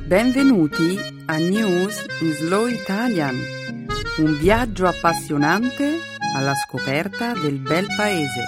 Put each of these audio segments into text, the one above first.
Benvenuti a News in Slow Italian, un viaggio appassionante alla scoperta del bel paese.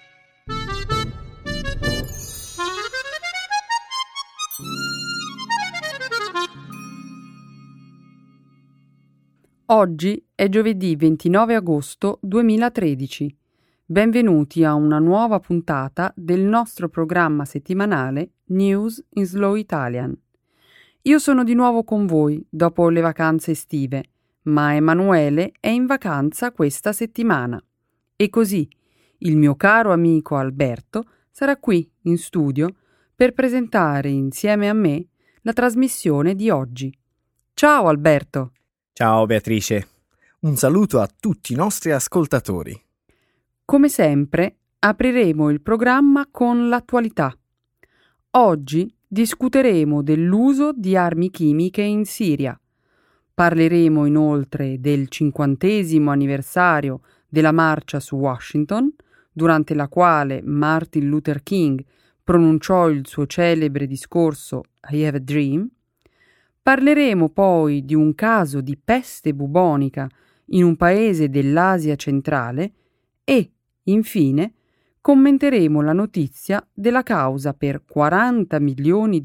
Oggi è giovedì 29 agosto 2013. Benvenuti a una nuova puntata del nostro programma settimanale News in Slow Italian. Io sono di nuovo con voi dopo le vacanze estive, ma Emanuele è in vacanza questa settimana. E così il mio caro amico Alberto sarà qui in studio per presentare insieme a me la trasmissione di oggi. Ciao Alberto! Ciao Beatrice, un saluto a tutti i nostri ascoltatori. Come sempre, apriremo il programma con l'attualità. Oggi discuteremo dell'uso di armi chimiche in Siria. Parleremo inoltre del 50° anniversario della marcia su Washington, durante la quale Martin Luther King pronunciò il suo celebre discorso I Have a Dream. Parleremo poi di un caso di peste bubonica in un paese dell'Asia centrale e, infine, commenteremo la notizia della causa per $40 milioni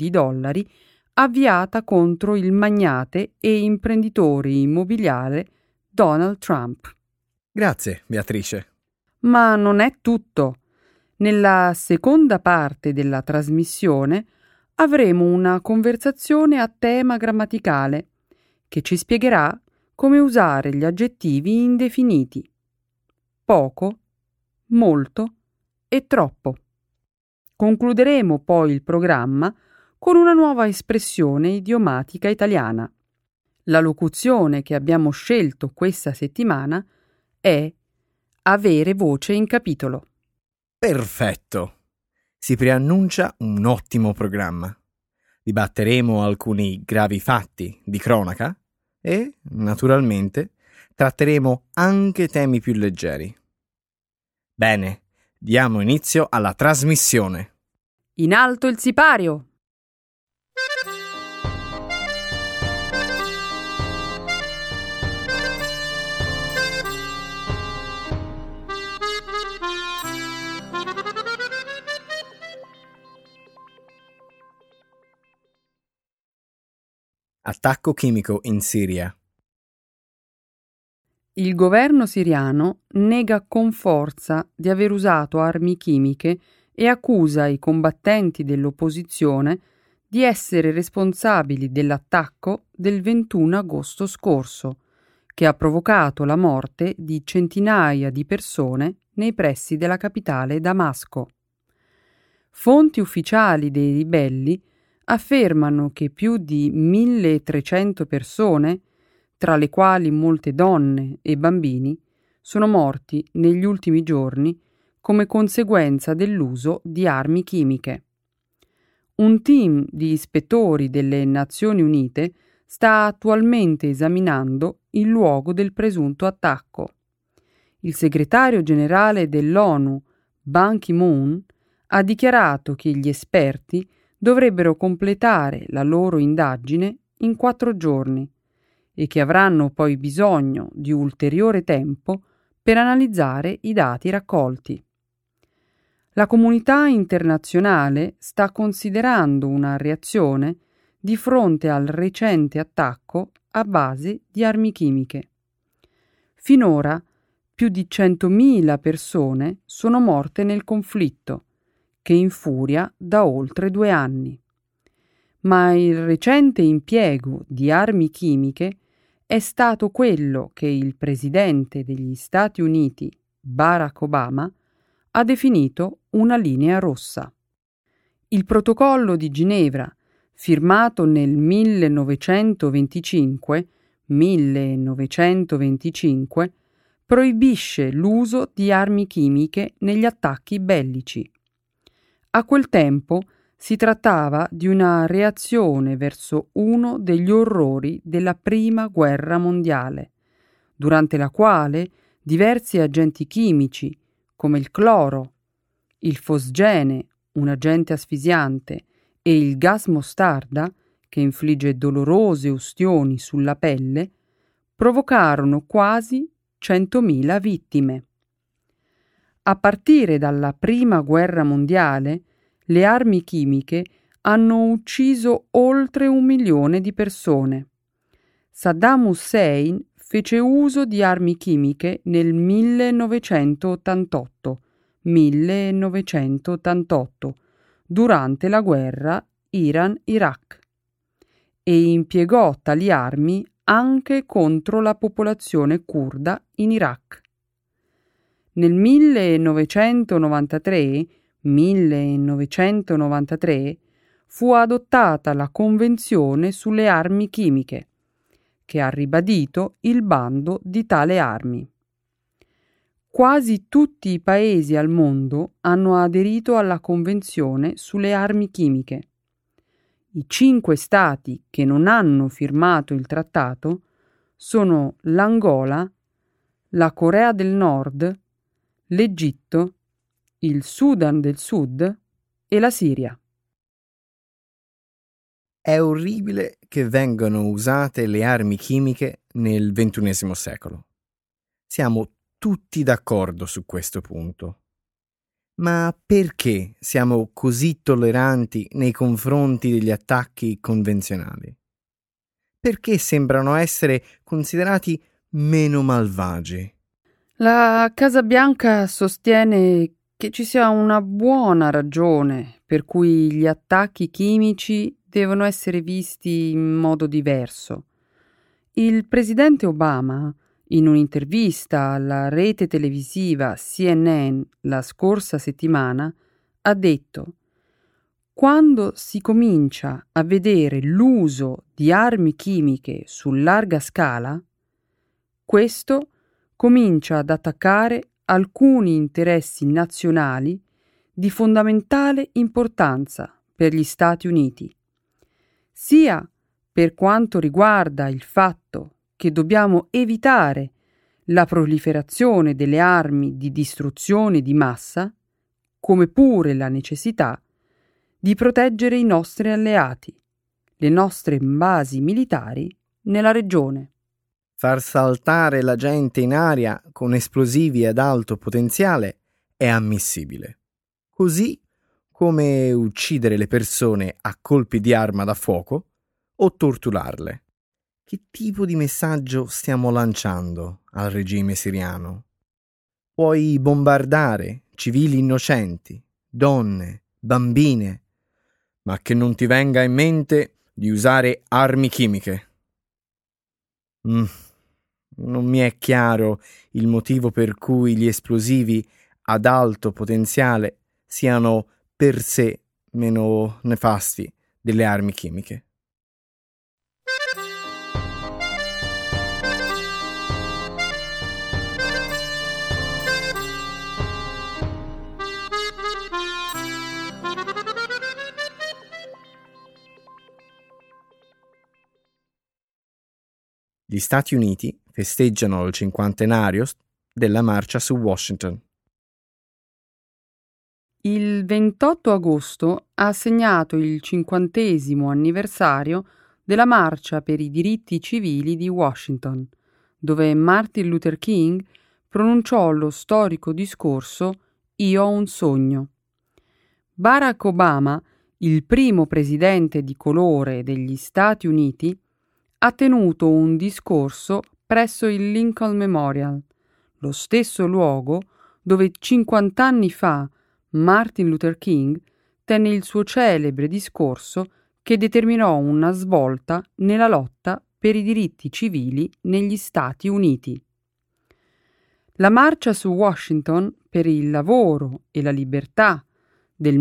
avviata contro il magnate e imprenditore immobiliare Donald Trump. Grazie, Beatrice. Ma non è tutto. Nella seconda parte della trasmissione avremo una conversazione a tema grammaticale che ci spiegherà come usare gli aggettivi indefiniti. Poco, molto e troppo. Concluderemo poi il programma con una nuova espressione idiomatica italiana. La locuzione che abbiamo scelto questa settimana è avere voce in capitolo. Perfetto! Si preannuncia un ottimo programma. Dibatteremo alcuni gravi fatti di cronaca e, naturalmente, tratteremo anche temi più leggeri. Bene, diamo inizio alla trasmissione. In alto il sipario! Attacco chimico in Siria. Il governo siriano nega con forza di aver usato armi chimiche e accusa i combattenti dell'opposizione di essere responsabili dell'attacco del 21 agosto scorso, che ha provocato la morte di centinaia di persone nei pressi della capitale Damasco. Fonti ufficiali dei ribelli affermano che più di 1.300 persone, tra le quali molte donne e bambini, sono morti negli ultimi giorni come conseguenza dell'uso di armi chimiche. Un team di ispettori delle Nazioni Unite sta attualmente esaminando il luogo del presunto attacco. Il segretario generale dell'ONU, Ban Ki-moon, ha dichiarato che gli esperti dovrebbero completare la loro indagine in 4 giorni e che avranno poi bisogno di ulteriore tempo per analizzare i dati raccolti. La comunità internazionale sta considerando una reazione di fronte al recente attacco a base di armi chimiche. Finora più di 100.000 persone sono morte nel conflitto, che infuria da oltre 2 anni. Ma il recente impiego di armi chimiche è stato quello che il presidente degli Stati Uniti, Barack Obama, ha definito una linea rossa. Il protocollo di Ginevra, firmato nel 1925, proibisce l'uso di armi chimiche negli attacchi bellici. A quel tempo si trattava di una reazione verso uno degli orrori della Prima Guerra Mondiale, durante la quale diversi agenti chimici, come il cloro, il fosgene, un agente asfisiante, e il gas mostarda, che infligge dolorose ustioni sulla pelle, provocarono quasi 100.000 vittime. A partire dalla Prima Guerra Mondiale, le armi chimiche hanno ucciso oltre 1 milione di persone. Saddam Hussein fece uso di armi chimiche nel 1988, durante la guerra Iran-Iraq, e impiegò tali armi anche contro la popolazione curda in Iraq. Nel 1993 fu adottata la Convenzione sulle armi chimiche, che ha ribadito il bando di tale armi. Quasi tutti i paesi al mondo hanno aderito alla Convenzione sulle armi chimiche. I 5 stati che non hanno firmato il trattato sono l'Angola, la Corea del Nord, l'Egitto, il Sudan del Sud e la Siria. È orribile che vengano usate le armi chimiche nel XXI secolo. Siamo tutti d'accordo su questo punto. Ma perché siamo così tolleranti nei confronti degli attacchi convenzionali? Perché sembrano essere considerati meno malvagi? La Casa Bianca sostiene che ci sia una buona ragione per cui gli attacchi chimici devono essere visti in modo diverso. Il presidente Obama, in un'intervista alla rete televisiva CNN la scorsa settimana, ha detto: «Quando si comincia a vedere l'uso di armi chimiche su larga scala, questo comincia ad attaccare alcuni interessi nazionali di fondamentale importanza per gli Stati Uniti, sia per quanto riguarda il fatto che dobbiamo evitare la proliferazione delle armi di distruzione di massa, come pure la necessità di proteggere i nostri alleati, le nostre basi militari nella regione». Far saltare la gente in aria con esplosivi ad alto potenziale è ammissibile, così come uccidere le persone a colpi di arma da fuoco o torturarle. Che tipo di messaggio stiamo lanciando al regime siriano? Puoi bombardare civili innocenti, donne, bambine, ma che non ti venga in mente di usare armi chimiche. Non mi è chiaro il motivo per cui gli esplosivi ad alto potenziale siano per sé meno nefasti delle armi chimiche. Gli Stati Uniti festeggiano il 50° della marcia su Washington. Il 28 agosto ha segnato il 50° anniversario della marcia per i diritti civili di Washington, dove Martin Luther King pronunciò lo storico discorso «Io ho un sogno». Barack Obama, il primo presidente di colore degli Stati Uniti, ha tenuto un discorso presso il Lincoln Memorial, lo stesso luogo dove 50 anni fa Martin Luther King tenne il suo celebre discorso che determinò una svolta nella lotta per i diritti civili negli Stati Uniti. La marcia su Washington per il lavoro e la libertà del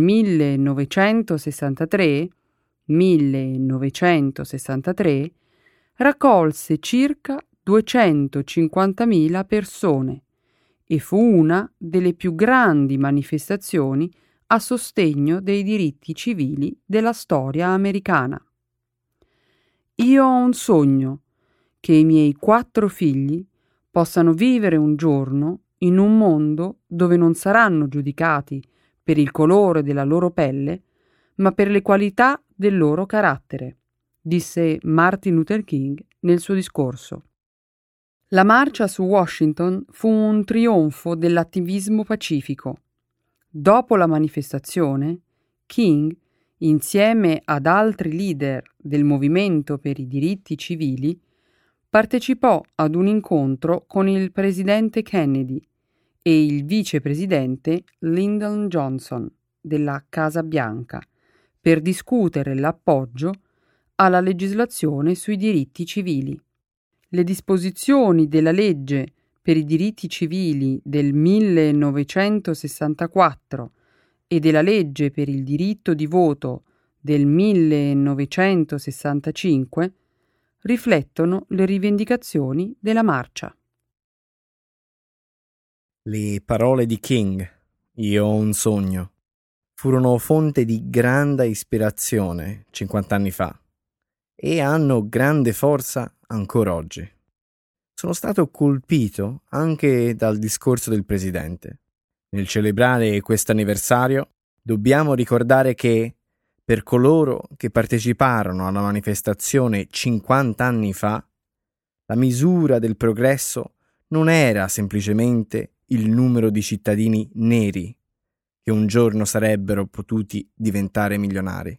1963 raccolse circa 250.000 persone e fu una delle più grandi manifestazioni a sostegno dei diritti civili della storia americana. Io ho un sogno, che i miei 4 figli possano vivere un giorno in un mondo dove non saranno giudicati per il colore della loro pelle, ma per le qualità del loro carattere, disse Martin Luther King nel suo discorso. La marcia su Washington fu un trionfo dell'attivismo pacifico. Dopo la manifestazione, King, insieme ad altri leader del movimento per i diritti civili, partecipò ad un incontro con il presidente Kennedy e il vicepresidente Lyndon Johnson della Casa Bianca per discutere l'appoggio alla legislazione sui diritti civili. Le disposizioni della legge per i diritti civili del 1964 e della legge per il diritto di voto del 1965 riflettono le rivendicazioni della marcia. Le parole di King, "Io ho un sogno", furono fonte di grande ispirazione 50 anni fa e hanno grande forza ancora oggi. Sono stato colpito anche dal discorso del presidente. Nel celebrare questo anniversario dobbiamo ricordare che per coloro che parteciparono alla manifestazione 50 anni fa, la misura del progresso non era semplicemente il numero di cittadini neri che un giorno sarebbero potuti diventare milionari.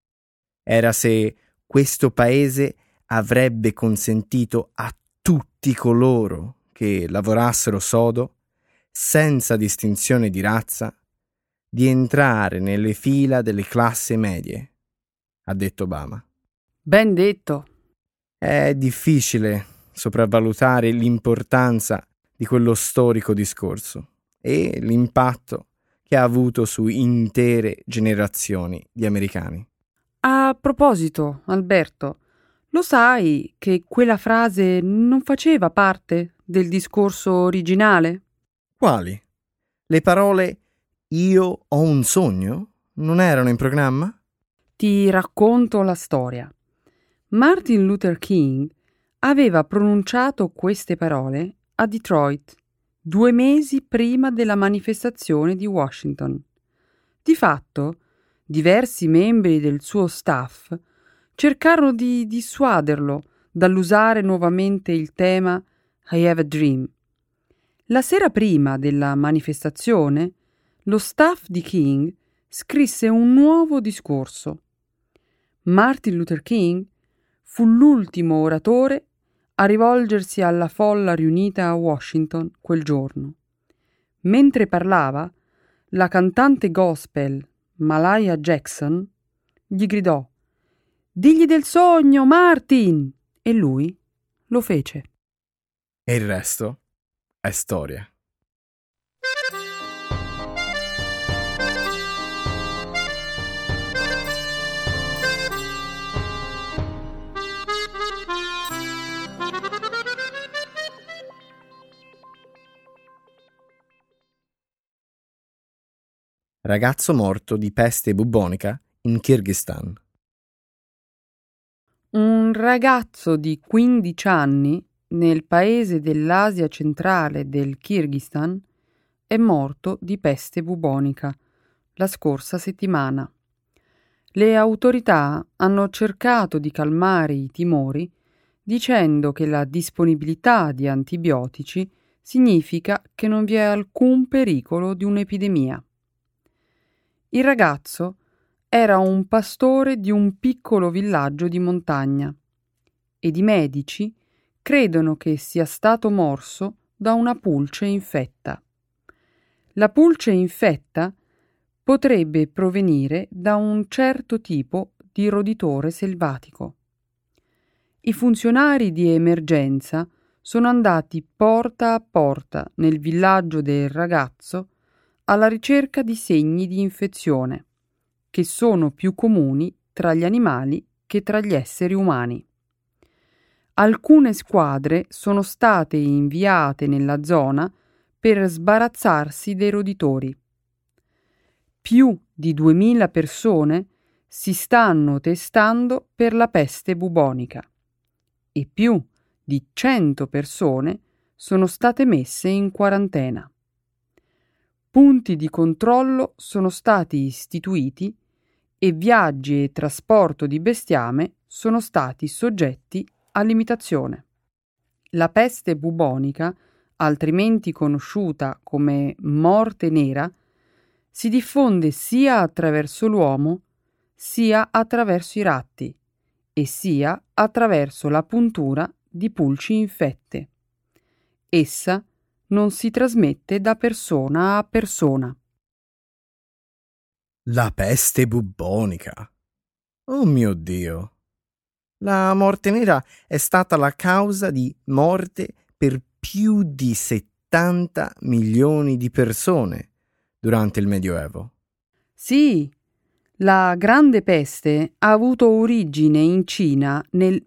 Era se questo paese avrebbe consentito a tutti coloro che lavorassero sodo, senza distinzione di razza, di entrare nelle fila delle classi medie, ha detto Obama. Ben detto. È difficile sopravvalutare l'importanza di quello storico discorso e l'impatto che ha avuto su intere generazioni di americani. A proposito, Alberto, lo sai che quella frase non faceva parte del discorso originale? Quali? Le parole "io ho un sogno" non erano in programma? Ti racconto la storia. Martin Luther King aveva pronunciato queste parole a Detroit 2 mesi prima della manifestazione di Washington. Di fatto, diversi membri del suo staff cercarono di dissuaderlo dall'usare nuovamente il tema I Have a Dream. La sera prima della manifestazione, lo staff di King scrisse un nuovo discorso. Martin Luther King fu l'ultimo oratore a rivolgersi alla folla riunita a Washington quel giorno. Mentre parlava, la cantante gospel Mahalia Jackson gli gridò: "Digli del sogno, Martin!" E lui lo fece. E il resto è storia. Ragazzo morto di peste bubbonica in Kirghizistan. Un ragazzo di 15 anni nel paese dell'Asia centrale del Kirghizistan è morto di peste bubonica la scorsa settimana. Le autorità hanno cercato di calmare i timori dicendo che la disponibilità di antibiotici significa che non vi è alcun pericolo di un'epidemia. Il ragazzo era un pastore di un piccolo villaggio di montagna ed i medici credono che sia stato morso da una pulce infetta. La pulce infetta potrebbe provenire da un certo tipo di roditore selvatico. I funzionari di emergenza sono andati porta a porta nel villaggio del ragazzo alla ricerca di segni di infezione, che sono più comuni tra gli animali che tra gli esseri umani. Alcune squadre sono state inviate nella zona per sbarazzarsi dei roditori. Più di 2000 persone si stanno testando per la peste bubonica e più di 100 persone sono state messe in quarantena. Punti di controllo sono stati istituiti e viaggi e trasporto di bestiame sono stati soggetti a limitazione. La peste bubonica, altrimenti conosciuta come morte nera, si diffonde sia attraverso l'uomo, sia attraverso i ratti e sia attraverso la puntura di pulci infette. Essa non si trasmette da persona a persona. La peste bubbonica. Oh mio Dio! La morte nera è stata la causa di morte per più di 70 milioni di persone durante il Medioevo. Sì, la Grande Peste ha avuto origine in Cina nel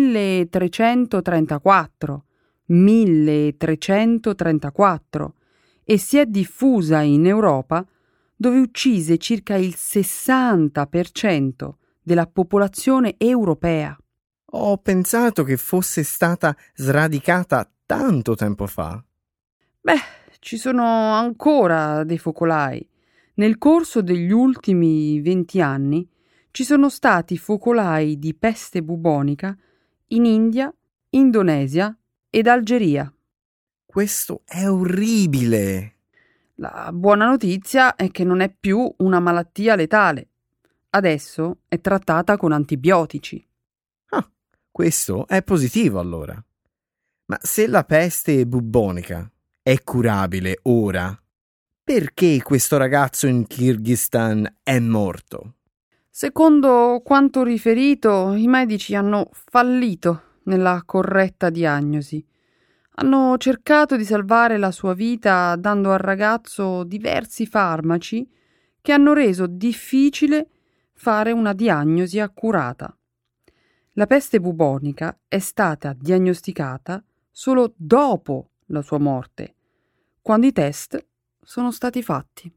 1334 e si è diffusa in Europa, dove uccise circa il 60% della popolazione europea. Ho pensato che fosse stata sradicata tanto tempo fa. Beh, ci sono ancora dei focolai. Nel corso degli ultimi 20 anni ci sono stati focolai di peste bubonica in India, Indonesia ed Algeria. Questo è orribile! La buona notizia è che non è più una malattia letale. Adesso è trattata con antibiotici. Ah, questo è positivo allora. Ma se la peste bubbonica è curabile ora, perché questo ragazzo in Kirghizistan è morto? Secondo quanto riferito, i medici hanno fallito nella corretta diagnosi. Hanno cercato di salvare la sua vita dando al ragazzo diversi farmaci che hanno reso difficile fare una diagnosi accurata. La peste bubonica è stata diagnosticata solo dopo la sua morte, quando i test sono stati fatti.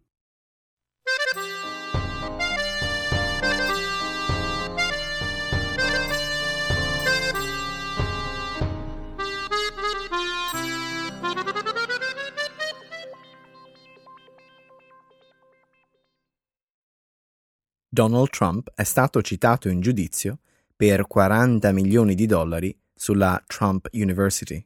Donald Trump è stato citato in giudizio per 40 milioni di dollari sulla Trump University.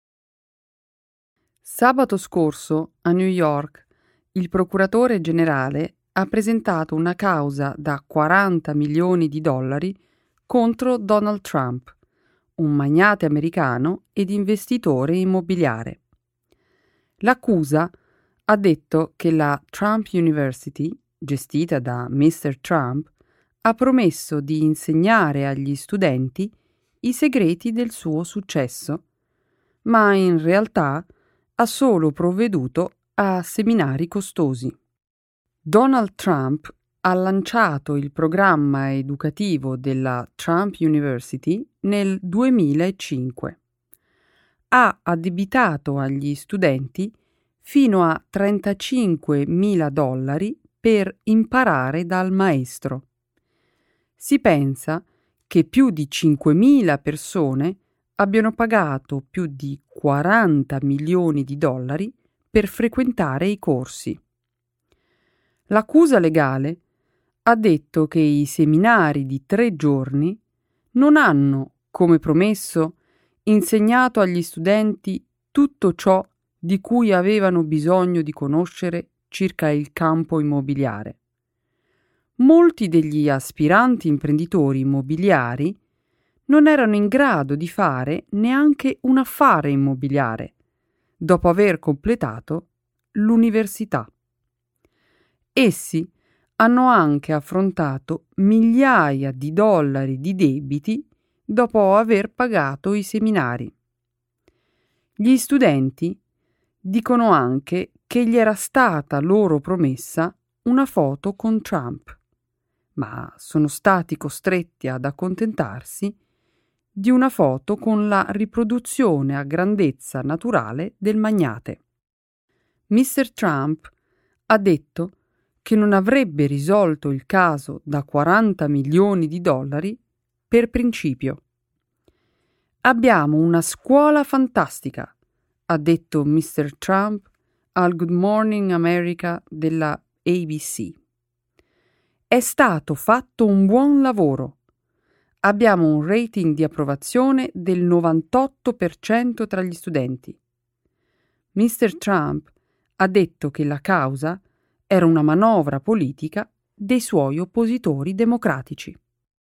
Sabato scorso, a New York, il procuratore generale ha presentato una causa da 40 milioni di dollari contro Donald Trump, un magnate americano ed investitore immobiliare. L'accusa ha detto che la Trump University, gestita da Mr. Trump, ha promesso di insegnare agli studenti i segreti del suo successo, ma in realtà ha solo provveduto a seminari costosi. Donald Trump ha lanciato il programma educativo della Trump University nel 2005. Ha addebitato agli studenti fino a $35.000 per imparare dal maestro. Si pensa che più di 5.000 persone abbiano pagato più di 40 milioni di dollari per frequentare i corsi. L'accusa legale ha detto che i seminari di 3 giorni non hanno, come promesso, insegnato agli studenti tutto ciò di cui avevano bisogno di conoscere circa il campo immobiliare. Molti degli aspiranti imprenditori immobiliari non erano in grado di fare neanche un affare immobiliare dopo aver completato l'università. Essi hanno anche affrontato migliaia di dollari di debiti dopo aver pagato i seminari. Gli studenti dicono anche che gli era stata loro promessa una foto con Trump, ma sono stati costretti ad accontentarsi di una foto con la riproduzione a grandezza naturale del magnate. Mr. Trump ha detto che non avrebbe risolto il caso da 40 milioni di dollari per principio. Abbiamo una scuola fantastica, ha detto Mr. Trump al Good Morning America della ABC. È stato fatto un buon lavoro. abbiamo un rating di approvazione del 98% tra gli studenti. Mr. Trump ha detto che la causa era una manovra politica dei suoi oppositori democratici.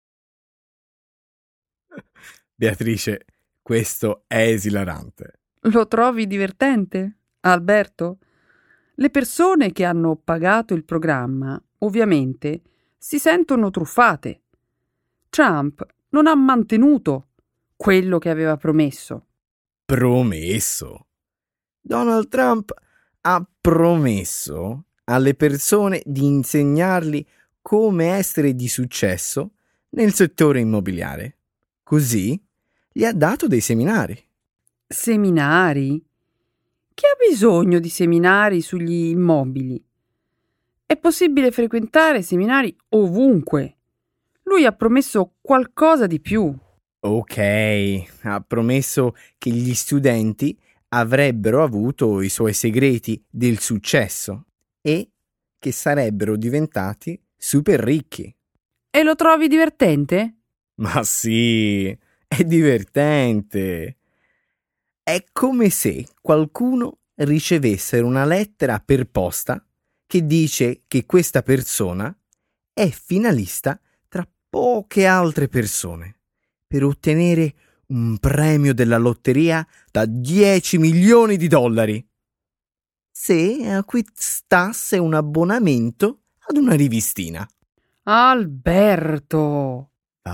Beatrice, questo è esilarante. Lo trovi divertente, Alberto? Le persone che hanno pagato il programma, ovviamente, si sentono truffate. Trump non ha mantenuto quello che aveva promesso. Promesso? Donald Trump ha promesso alle persone di insegnargli come essere di successo nel settore immobiliare. Così gli ha dato dei seminari. Seminari? Chi ha bisogno di seminari sugli immobili? È possibile frequentare seminari ovunque. Lui ha promesso qualcosa di più. Ok, ha promesso che gli studenti avrebbero avuto i suoi segreti del successo e che sarebbero diventati super ricchi. E lo trovi divertente? Ma sì, è divertente. È come se qualcuno ricevesse una lettera per posta che dice che questa persona è finalista tra poche altre persone per ottenere un premio della lotteria da 10 milioni di dollari se acquistasse un abbonamento ad una rivistina. Alberto! Va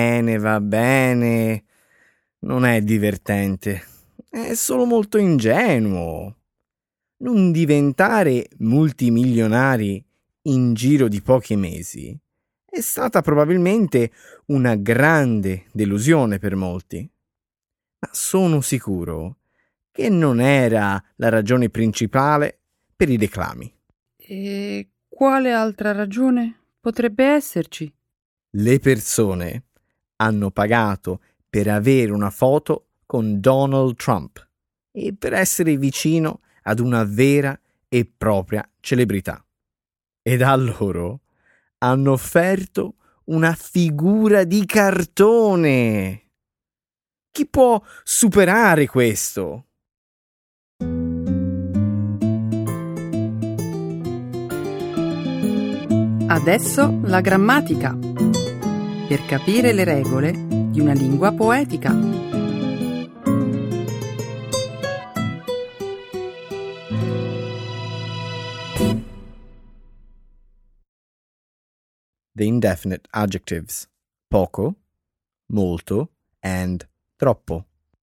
bene. Non è divertente. È solo molto ingenuo. Non diventare multimilionari in giro di pochi mesi è stata probabilmente una grande delusione per molti. Ma sono sicuro che non era la ragione principale per i reclami. E quale altra ragione potrebbe esserci? Le persone hanno pagato per avere una foto con Donald Trump e per essere vicino ad una vera e propria celebrità. Ed a loro hanno offerto una figura di cartone. Chi può superare questo? Adesso la grammatica, per capire le regole di una lingua poetica. The indefinite adjectives poco, molto and troppo.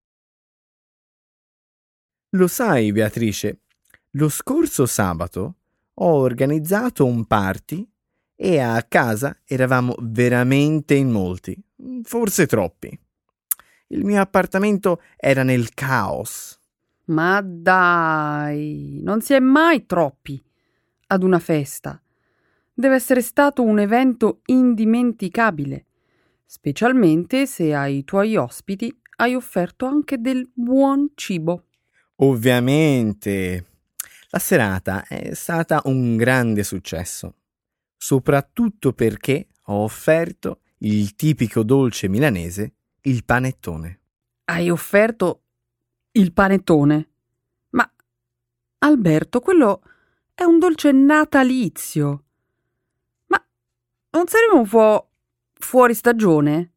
Lo sai, Beatrice, lo scorso sabato ho organizzato un party e a casa eravamo veramente in molti, forse troppi. Il mio appartamento era nel caos. Ma dai, non si è mai troppi ad una festa. Deve essere stato un evento indimenticabile, specialmente se ai tuoi ospiti hai offerto anche del buon cibo. Ovviamente, la serata è stata un grande successo, soprattutto perché ho offerto il tipico dolce milanese, il panettone. Hai offerto il panettone? Ma, Alberto, quello è un dolce natalizio. Ma non saremo un po' fuori stagione?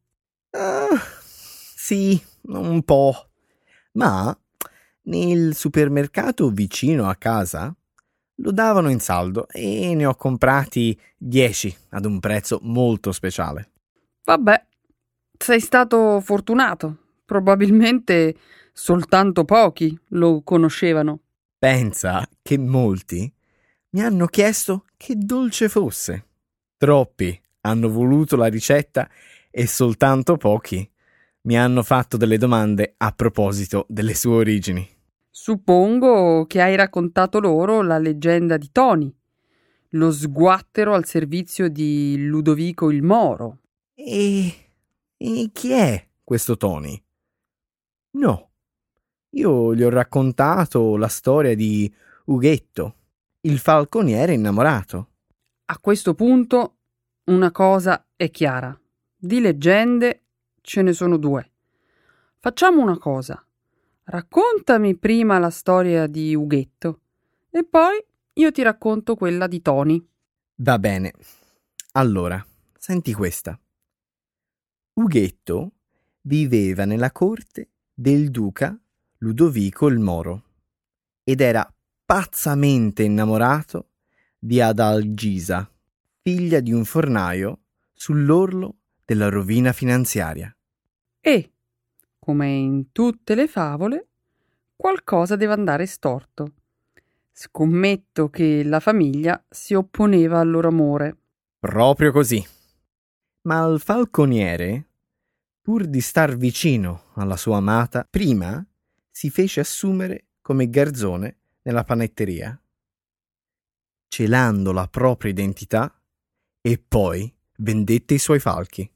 Sì, un po'. Ma nel supermercato vicino a casa lo davano in saldo e ne ho comprati 10 ad un prezzo molto speciale. Vabbè, sei stato fortunato. Probabilmente soltanto pochi lo conoscevano. Pensa che molti mi hanno chiesto che dolce fosse. Troppi hanno voluto la ricetta e soltanto pochi mi hanno fatto delle domande a proposito delle sue origini. Suppongo che hai raccontato loro la leggenda di Tony, lo sguattero al servizio di Ludovico il Moro. E chi è questo Tony? No, io gli ho raccontato la storia di Ughetto, il falconiere innamorato. A questo punto una cosa è chiara. Di leggende ce ne sono due. Facciamo una cosa. Raccontami prima la storia di Ughetto e poi io ti racconto quella di Toni. Va bene. Allora, senti questa. Ughetto viveva nella corte del duca Ludovico il Moro ed era pazzamente innamorato di Adalgisa, figlia di un fornaio sull'orlo della rovina finanziaria. E, come in tutte le favole, qualcosa deve andare storto. Scommetto che la famiglia si opponeva al loro amore. Proprio così. Ma il falconiere, pur di star vicino alla sua amata, prima si fece assumere come garzone nella panetteria, celando la propria identità, e poi vendette i suoi falchi.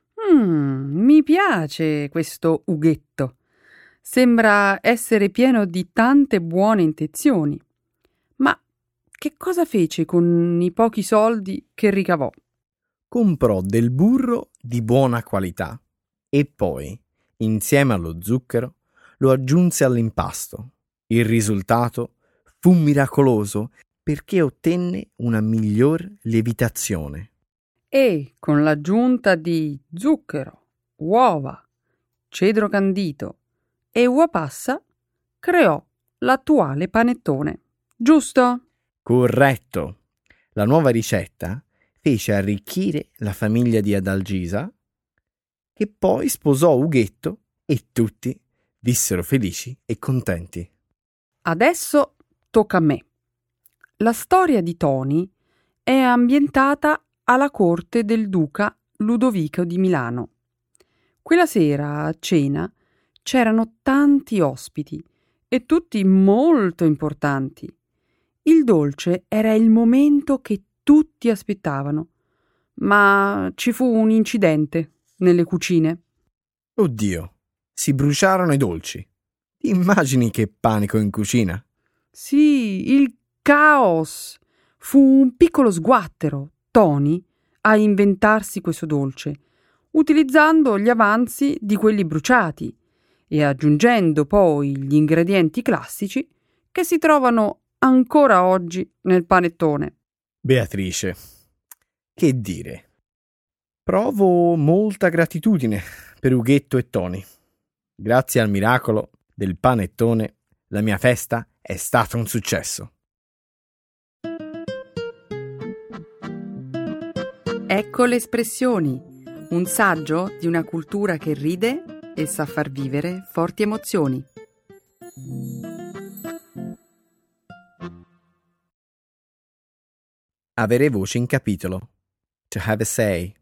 Mi piace questo Ughetto. Sembra essere pieno di tante buone intenzioni. Ma che cosa fece con i pochi soldi che ricavò? Comprò del burro di buona qualità e poi, insieme allo zucchero, lo aggiunse all'impasto. Il risultato fu miracoloso perché ottenne una miglior lievitazione. E con l'aggiunta di zucchero, uova, cedro candito e uva passa creò l'attuale panettone. Giusto? Corretto! La nuova ricetta fece arricchire la famiglia di Adalgisa, che poi sposò Ughetto e tutti vissero felici e contenti. Adesso tocca a me. La storia di Toni è ambientata alla corte del duca Ludovico di Milano. Quella sera a cena c'erano tanti ospiti e tutti molto importanti. Il dolce era il momento che tutti aspettavano, ma ci fu un incidente nelle cucine. Oddio, si bruciarono i dolci. Ti immagini che panico in cucina? Sì, il caos! Fu un piccolo sguattero, Toni, a inventarsi questo dolce, utilizzando gli avanzi di quelli bruciati e aggiungendo poi gli ingredienti classici che si trovano ancora oggi nel panettone. Beatrice, che dire? Provo molta gratitudine per Ughetto e Toni. Grazie al miracolo del panettone, la mia festa è stata un successo. Ecco le espressioni, un saggio di una cultura che ride e sa far vivere forti emozioni. Avere voce in capitolo. To have a say.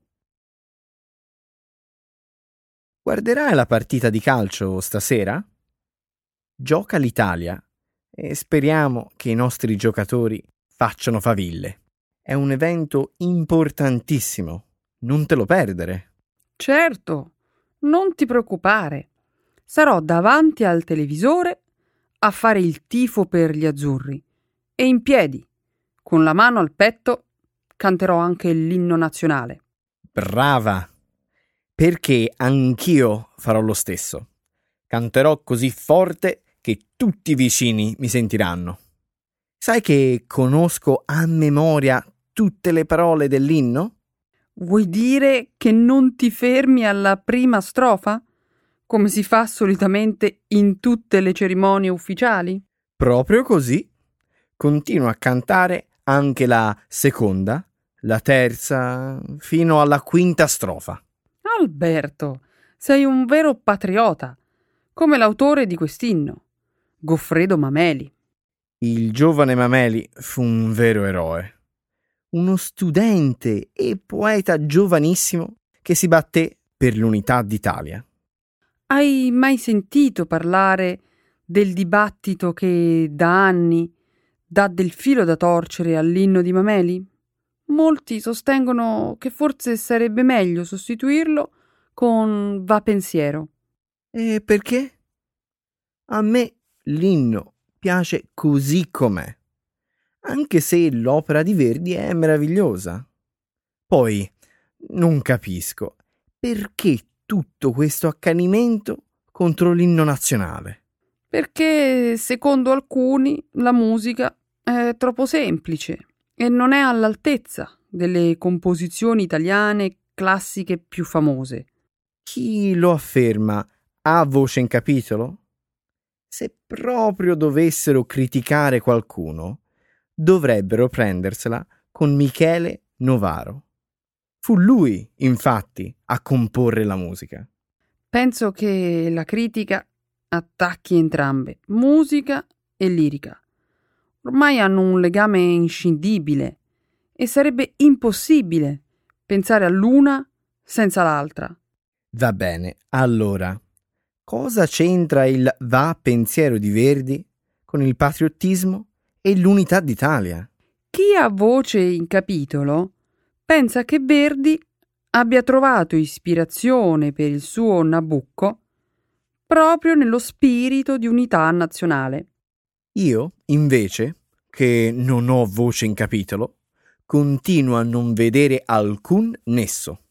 Guarderai la partita di calcio stasera? Gioca l'Italia e speriamo che i nostri giocatori facciano faville. È un evento importantissimo, non te lo perdere. Certo, non ti preoccupare. Sarò davanti al televisore a fare il tifo per gli azzurri e in piedi, con la mano al petto, canterò anche l'inno nazionale. Brava! Perché anch'io farò lo stesso. Canterò così forte che tutti i vicini mi sentiranno. Sai che conosco a memoria tutte le parole dell'inno? Vuoi dire che non ti fermi alla prima strofa, come si fa solitamente in tutte le cerimonie ufficiali? Proprio così. Continuo a cantare anche la seconda, la terza, fino alla quinta strofa. Alberto, sei un vero patriota, come l'autore di quest'inno, Goffredo Mameli. Il giovane Mameli fu un vero eroe. Uno studente e poeta giovanissimo che si batté per l'unità d'Italia. Hai mai sentito parlare del dibattito che da anni dà del filo da torcere all'inno di Mameli? Molti sostengono che forse sarebbe meglio sostituirlo con Va pensiero. E perché? A me l'inno piace così com'è, anche se l'opera di Verdi è meravigliosa. Poi non capisco perché tutto questo accanimento contro l'inno nazionale? Perché, secondo alcuni, la musica è troppo semplice e non è all'altezza delle composizioni italiane classiche più famose. Chi lo afferma ha voce in capitolo? Se proprio dovessero criticare qualcuno, dovrebbero prendersela con Michele Novaro. Fu lui, infatti, a comporre la musica. Penso che la critica attacchi entrambe, musica e lirica. Ormai hanno un legame inscindibile e sarebbe impossibile pensare all'una senza l'altra. Va bene, allora, cosa c'entra il va pensiero di Verdi con il patriottismo e l'unità d'Italia? Chi ha voce in capitolo pensa che Verdi abbia trovato ispirazione per il suo Nabucco proprio nello spirito di unità nazionale. Io, invece, che non ho voce in capitolo, continuo a non vedere alcun nesso.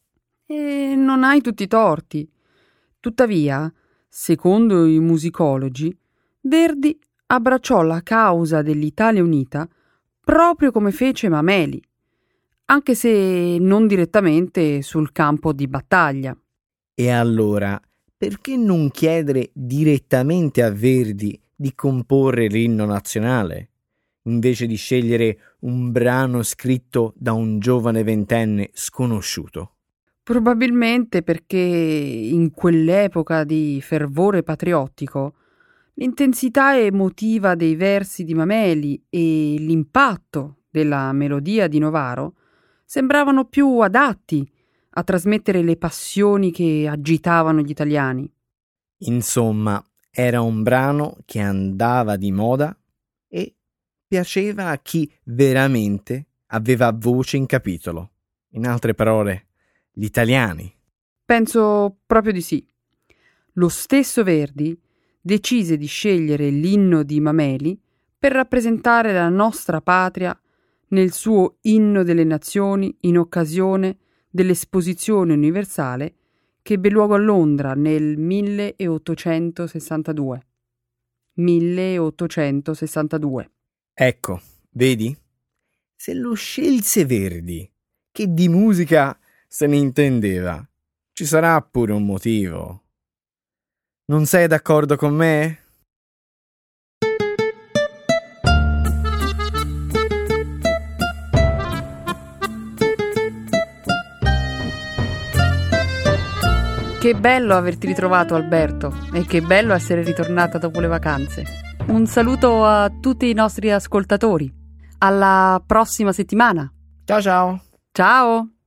E non hai tutti i torti. Tuttavia, secondo i musicologi, Verdi abbracciò la causa dell'Italia unita proprio come fece Mameli, anche se non direttamente sul campo di battaglia. E allora, perché non chiedere direttamente a Verdi di comporre l'inno nazionale, invece di scegliere un brano scritto da un giovane ventenne sconosciuto? Probabilmente perché in quell'epoca di fervore patriottico l'intensità emotiva dei versi di Mameli e l'impatto della melodia di Novaro sembravano più adatti a trasmettere le passioni che agitavano gli italiani. Insomma, era un brano che andava di moda e piaceva a chi veramente aveva voce in capitolo. In altre parole, gli italiani. Penso proprio di sì. Lo stesso Verdi decise di scegliere l'inno di Mameli per rappresentare la nostra patria nel suo Inno delle Nazioni in occasione dell'Esposizione Universale che ebbe luogo a Londra nel 1862. 1862. Ecco, vedi? Se lo scelse Verdi, che di musica se ne intendeva, ci sarà pure un motivo. Non sei d'accordo con me? Che bello averti ritrovato, Alberto, e che bello essere ritornata dopo le vacanze. Un saluto a tutti i nostri ascoltatori. Alla prossima settimana. Ciao ciao! Ciao!